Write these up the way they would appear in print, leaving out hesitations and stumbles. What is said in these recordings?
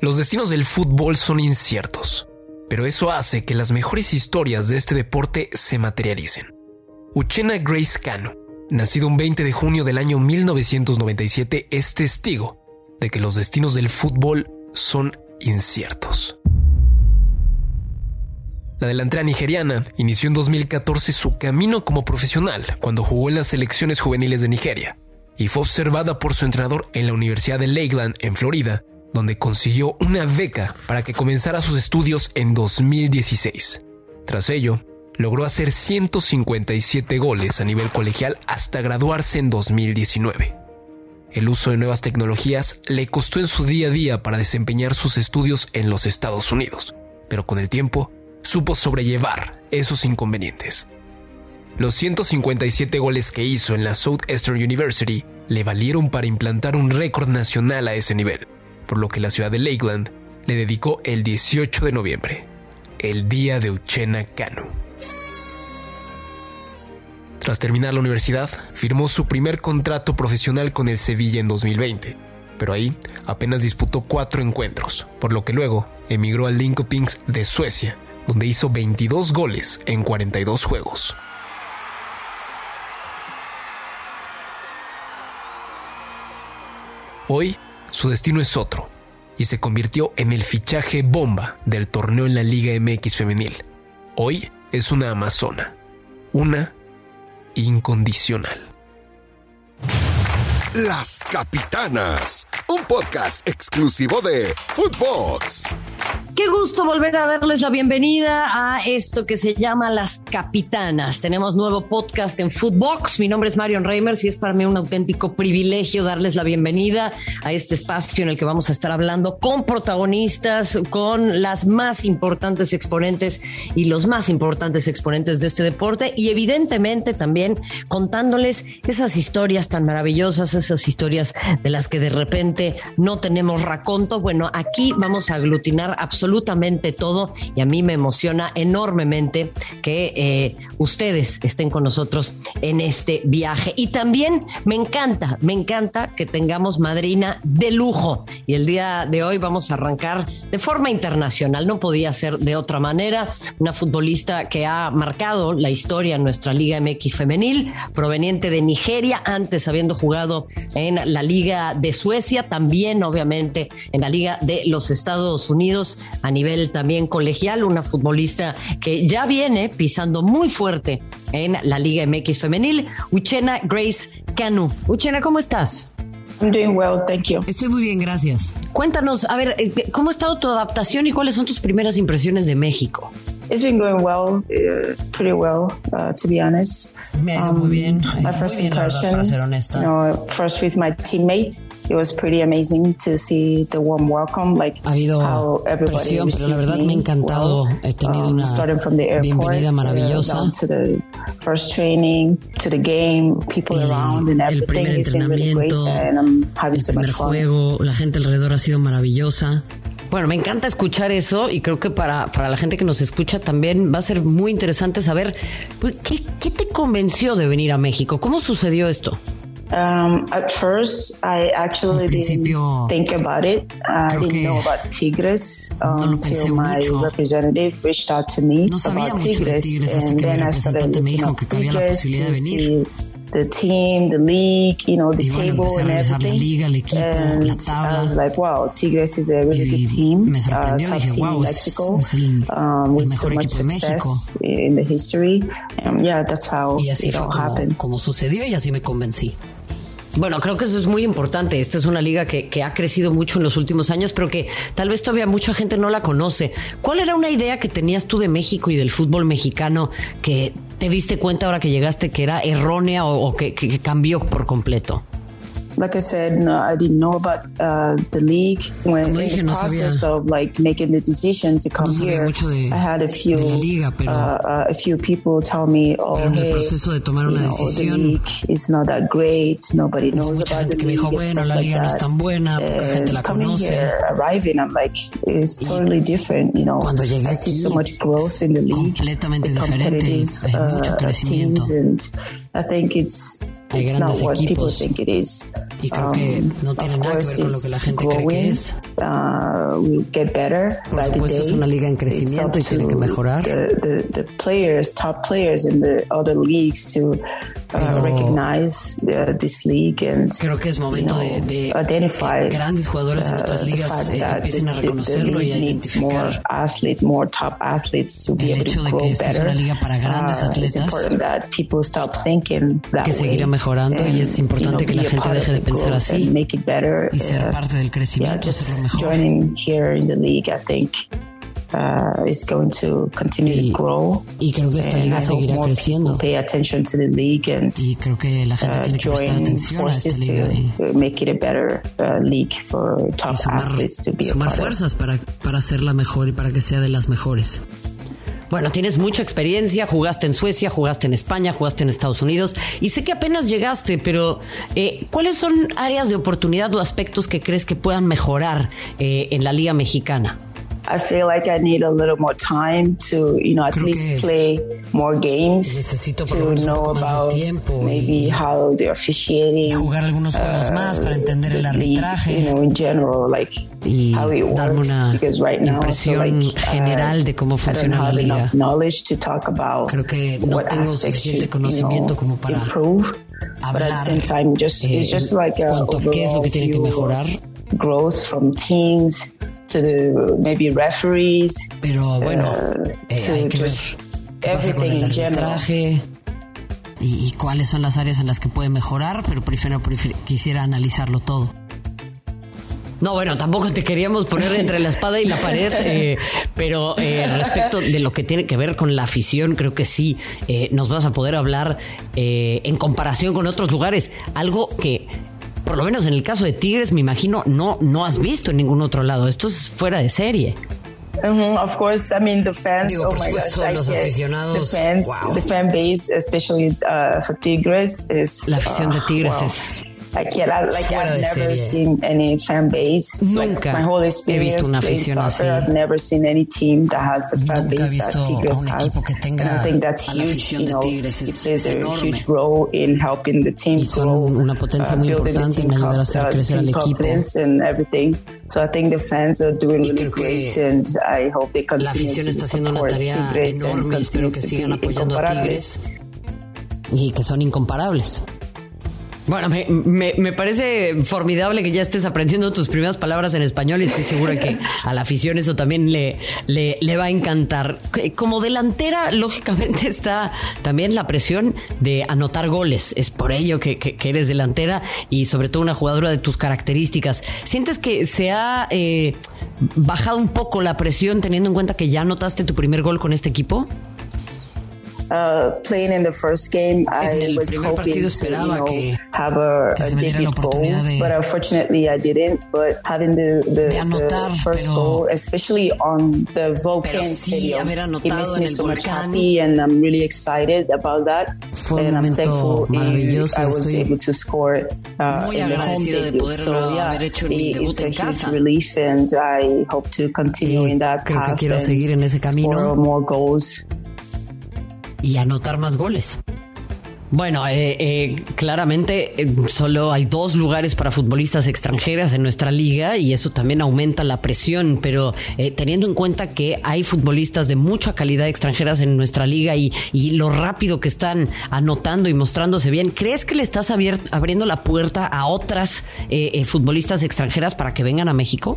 Los destinos del fútbol son inciertos, pero eso hace que las mejores historias de este deporte se materialicen. Uchenna Grace Kanu, nacido un 20 de junio del año 1997, es testigo de que los destinos del fútbol son inciertos. La delantera nigeriana inició en 2014 su camino como profesional cuando jugó en las selecciones juveniles de Nigeria y fue observada por su entrenador en la Universidad de Lakeland, en Florida, donde consiguió una beca para que comenzara sus estudios en 2016. Tras ello, logró hacer 157 goles a nivel colegial hasta graduarse en 2019. El uso de nuevas tecnologías le costó en su día a día para desempeñar sus estudios en los Estados Unidos, pero con el tiempo supo sobrellevar esos inconvenientes. Los 157 goles que hizo en la Southeastern University le valieron para implantar un récord nacional a ese nivel, por lo que la ciudad de Lakeland le dedicó el 18 de noviembre, el día de Uchenna Kanu. Tras terminar la universidad, firmó su primer contrato profesional con el Sevilla en 2020, pero ahí apenas disputó 4 encuentros, por lo que luego emigró al Linköping de Suecia, donde hizo 22 goles en 42 juegos. Hoy, su destino es otro, y se convirtió en el fichaje bomba del torneo en la Liga MX femenil. Hoy es una amazona, una incondicional. Las Capitanas, un podcast exclusivo de Footbox. Qué gusto volver a darles la bienvenida a esto que se llama Las Capitanas. Tenemos nuevo podcast en Footbox. Mi nombre es Marion Reimers y es para mí un auténtico privilegio darles la bienvenida a este espacio en el que vamos a estar hablando con protagonistas, con las más importantes exponentes y los más importantes exponentes de este deporte, y evidentemente también contándoles esas historias tan maravillosas, esas historias de las que de repente no tenemos raconto. Bueno, aquí vamos a aglutinar absolutamente todo, y a mí me emociona enormemente que ustedes estén con nosotros en este viaje. Y también me encanta que tengamos madrina de lujo, y el día de hoy vamos a arrancar de forma internacional, no podía ser de otra manera. Una futbolista que ha marcado la historia en nuestra Liga MX femenil, proveniente de Nigeria, antes habiendo jugado en la Liga de Suecia, también obviamente en la Liga de los Estados Unidos a nivel también colegial, una futbolista que ya viene pisando muy fuerte en la Liga MX femenil, Uchenna Grace Kanu. Uchenna, ¿cómo estás? I'm doing well, thank you. Estoy muy bien, gracias. Cuéntanos, a ver, ¿cómo ha estado tu adaptación y cuáles son tus primeras impresiones de México? It's been going well, pretty well, to be honest. Me ha ido muy bien. My first impression, para ser honesta. First with my teammates, it was pretty amazing to see the warm welcome, like ha habido how everybody presión, pero la verdad me ha encantado. He tenido una starting from the airport, bienvenida maravillosa. Down to the first training, to the game, people around and everything. El primer entrenamiento, and I'm having so much fun. El primer juego, la gente alrededor ha sido maravillosa. Bueno, me encanta escuchar eso, y creo que para la gente que nos escucha también va a ser muy interesante saber, pues, ¿qué te convenció de venir a México? ¿Cómo sucedió esto? At first, I actually didn't think about it. I didn't know about Tigres until my representative reached out to me about Tigres, and then I started looking at Tigres to see the team, the league, the table and everything. Liga, el equipo, and la tabla. I was like, wow, Tigres is a really good team. Top team in Mexico, with so much success in the history. Yeah, that's how it all happened. Como sucedió, y así me convencí. Bueno, creo que eso es muy importante. Esta es una liga que ha crecido mucho en los últimos años, pero que tal vez todavía mucha gente no la conoce. ¿Cuál era una idea que tenías tú de México y del fútbol mexicano que te diste cuenta ahora que llegaste que era errónea o que cambió por completo? Like I said, no, I didn't know about the league. When in the process of making the decision to come here, I had a few people tell me, "Oh, hey, the league is not that great. Nobody knows about the league and stuff like that." And coming here, arriving, I'm like, it's totally different. I see so much growth in the league, the competitive teams, and I think it's not what people think it is. Y creo que no tiene nada que ver con lo que la gente cree que es. We'll get better. Por supuesto, es una liga en crecimiento y tiene que mejorar. The players, top players in the other leagues to recognize this league and creo que es momento de identify grandes jugadores en otras ligas empiecen a reconocerlo y a identificar more top athletes to be able to grow better. Es una liga para grandes atletas. It's important that people stop thinking that que seguirá mejorando y es importante que la gente deje de pensar así y ser parte del crecimiento, hacerlo mejor. Joining here in the league, I think is going to continue to grow. Y creo que esta liga seguirá creciendo. Pay attention to the league and y creo que la gente tiene que prestar atención a esta liga to make it a better league for top athletes to be a part of. Sumar fuerzas para hacerla mejor y para que sea de las mejores. Bueno, tienes mucha experiencia, jugaste en Suecia, jugaste en España, jugaste en Estados Unidos y sé que apenas llegaste, pero ¿cuáles son áreas de oportunidad o aspectos que crees que puedan mejorar en la Liga Mexicana? I feel like I need a little more time to, at least play more games. Necesito to know about maybe how they're officiating. Jugar algunos juegos más para entender el arbitraje. In general, like how it works. Darme una impresión general de cómo funciona la liga. Creo que no tengo suficiente conocimiento como para hablar. But at the same time, it's just like cuanto a qué es lo que tiene que mejorar. Growth from teams. To the maybe referees, pero bueno, hay que ver qué pasa con el arbitraje y cuáles son las áreas en las que puede mejorar, pero primero quisiera analizarlo todo. No, bueno, tampoco te queríamos poner entre la espada y la pared, pero respecto de lo que tiene que ver con la afición, creo que sí, nos vas a poder hablar en comparación con otros lugares, algo que por lo menos en el caso de Tigres, me imagino, no has visto en ningún otro lado. Esto es fuera de serie. Of course, I mean the fans. Digo, oh my gosh, los aficionados. The fans, wow. The fan base, especially for Tigres, is la afición de Tigres wow. es I've never seen any fan base. Nunca my whole experience he visto una afición así. I've never seen any team that has the fan Nunca base that Tigres has. And I think that's huge. It plays a huge role in helping the team grow, una potencia muy importante en ayudar a hacer crecer al equipo. And everything. So I think the fans are doing really great, and I hope they continue to support Tigres and continue to sigan apoyando a Tigres y que son incomparables. Bueno, me parece formidable que ya estés aprendiendo tus primeras palabras en español y estoy segura que a la afición eso también le va a encantar. Como delantera, lógicamente está también la presión de anotar goles. Es por ello que eres delantera y sobre todo una jugadora de tus características. ¿Sientes que se ha bajado un poco la presión teniendo en cuenta que ya anotaste tu primer gol con este equipo? Playing in the first game, I was hoping to have a debut goal, but unfortunately I didn't. But having the first goal, especially on the Volcan Stadium, it makes me so much happy, and I'm really excited about that. And I'm thankful I was able to score in the home debut. So yeah, it's a huge relief, and I hope to continue in that path and score more goals. Y anotar más goles. Bueno, claramente solo hay 2 lugares para futbolistas extranjeras en nuestra liga y eso también aumenta la presión, pero teniendo en cuenta que hay futbolistas de mucha calidad extranjeras en nuestra liga y lo rápido que están anotando y mostrándose bien, ¿crees que le estás abriendo la puerta a otras futbolistas extranjeras para que vengan a México?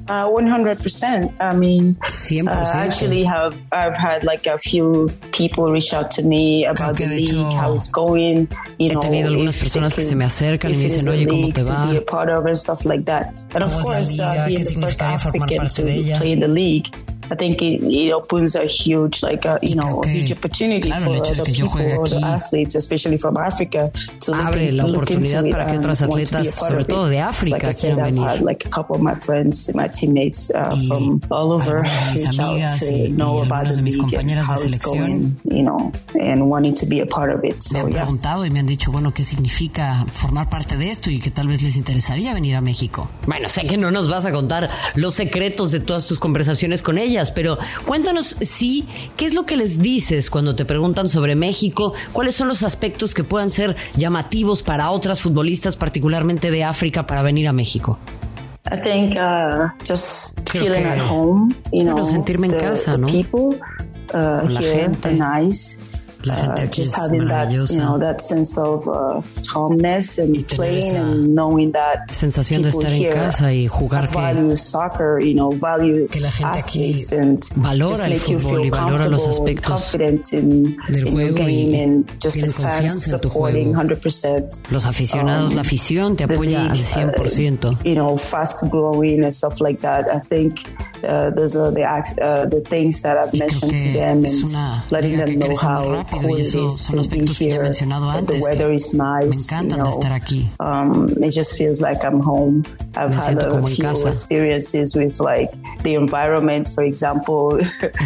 100%. I mean, 100%. Actually, I've had like a few people reach out to me about the league, how it's going. He tenido algunas personas que se me acercan y me dicen, oye, ¿cómo te va? To be a part of and stuff like that. And of course, being the first African to play in the league, I think it opens a huge, huge opportunity for other people, other athletes, especially from Africa, to abre la oportunidad para que otras atletas, sobre todo de África, quieran venir. I've had like a couple of my friends, my teammates from all over, reach out to know about the league and how it's going, and wanting to be a part of it. Me han preguntado y me han dicho, bueno, ¿qué significa formar parte de esto y que tal vez les interesaría venir a México? Bueno, sé que no nos vas a contar los secretos de todas tus conversaciones con ella, maravillas, pero cuéntanos, ¿qué es lo que les dices cuando te preguntan sobre México? ¿Cuáles son los aspectos que puedan ser llamativos para otras futbolistas, particularmente de África, para venir a México? I think just feeling at home, sentirme en casa, ¿no? The people here are nice. La gente aquí just having that, that sense of calmness and playing and knowing that sensación de estar en casa y jugar value soccer, value que la gente aquí valora el fútbol y valora los aspectos del juego y tienen confianza en tu juego. 100%. Los aficionados, la afición te apoya al 100%. Fast growing and stuff like that. I think those are the things that I've mentioned to them and letting them know how cool it is to be here. The weather is nice. Me encanta estar aquí. It just feels like I'm home. I've had a few experiences with like the environment, for example.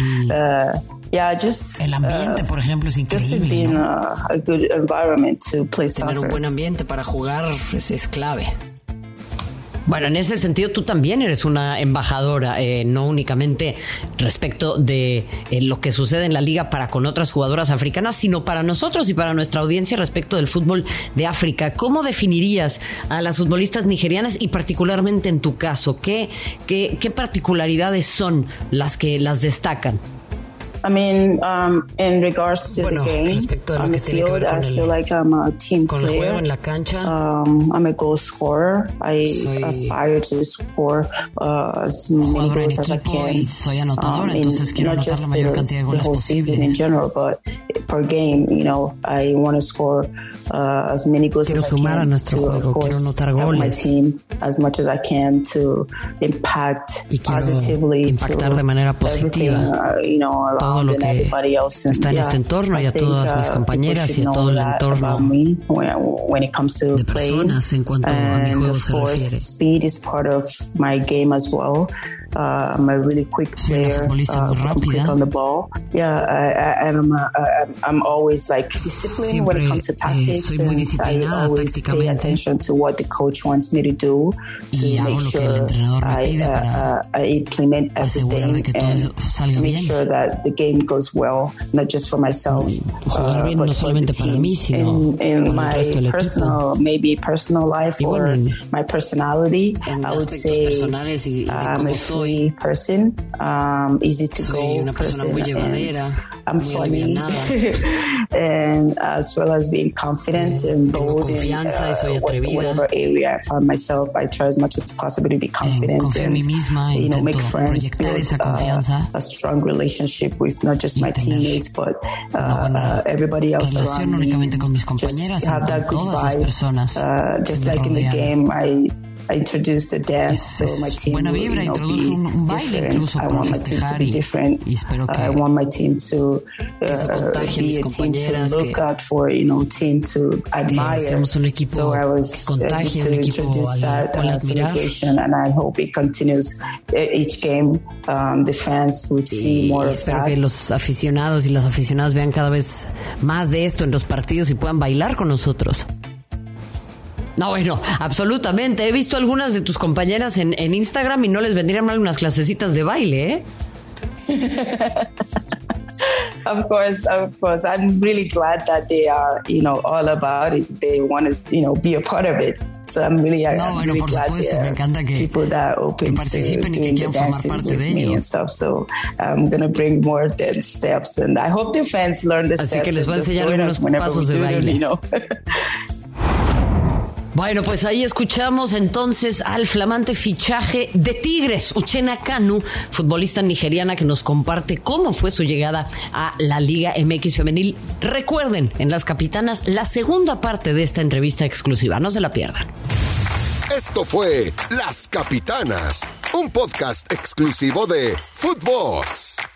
El ambiente, por ejemplo, es increíble. Just a good environment to play soccer. Tener un buen ambiente para jugar es clave. Bueno, en ese sentido tú también eres una embajadora, no únicamente respecto de lo que sucede en la liga para con otras jugadoras africanas, sino para nosotros y para nuestra audiencia respecto del fútbol de África. ¿Cómo definirías a las futbolistas nigerianas y particularmente en tu caso? ¿Qué particularidades son las que las destacan? I mean, in regards to the game, on the field, I feel like I'm a team player. En la cancha. I'm a goal scorer. I aspire to score as many goals as I can. Soy anotadora, entonces quiero anotar la mayor cantidad de goles posibles. Season in general, but per game, I want to score as many goals as I can. Sumar a nuestro juego, quiero anotar goles. My team as much as I can to impact positively, impactar de manera positiva. Todo lo que está en este entorno y a todas mis compañeras y a todo el entorno de personas en cuanto a mi juego se refiere. Speed is part of my game as well. I'm a really quick player. I'm quick on the ball. I'm always like disciplined when it comes to tactics, and I always pay attention to what the coach wants me to do to make sure I implement everything and make sure that the game goes well, not just for myself, but no for the team. In my personal life or my personality, I would say I'm a free person, easy to go person, and I'm funny, and as well as being confident and bold in whatever area I find myself. I try as much as possible to be confident and make friends, build a strong relationship with not just my teammates but everybody else around me. Just have that good vibe. Just like in the game, I introduced the dance, so my team will be different. I want my team to be different. I want my team to be a team to look out for, team to admire. So I was able to introduce that celebration, and I hope it continues each game. The fans would see more of that. Que los aficionados y las aficionadas vean cada vez más de esto en los partidos y puedan bailar con nosotros. No, bueno, absolutamente. He visto algunas de tus compañeras en Instagram y no les vendrían mal unas clasecitas de baile, ¿eh? Of course. I'm really glad that they are, all about it. They want to, be a part of it. So I'm really glad there are people that are open to doing the dances with me and stuff. So I'm going to bring more dance steps, and I hope the fans learn the steps. Así que les voy a enseñar algunos pasos de baile. Bueno, pues ahí escuchamos entonces al flamante fichaje de Tigres, Uchenna Kanu, futbolista nigeriana que nos comparte cómo fue su llegada a la Liga MX Femenil. Recuerden, en Las Capitanas, la segunda parte de esta entrevista exclusiva. No se la pierdan. Esto fue Las Capitanas, un podcast exclusivo de Footbox.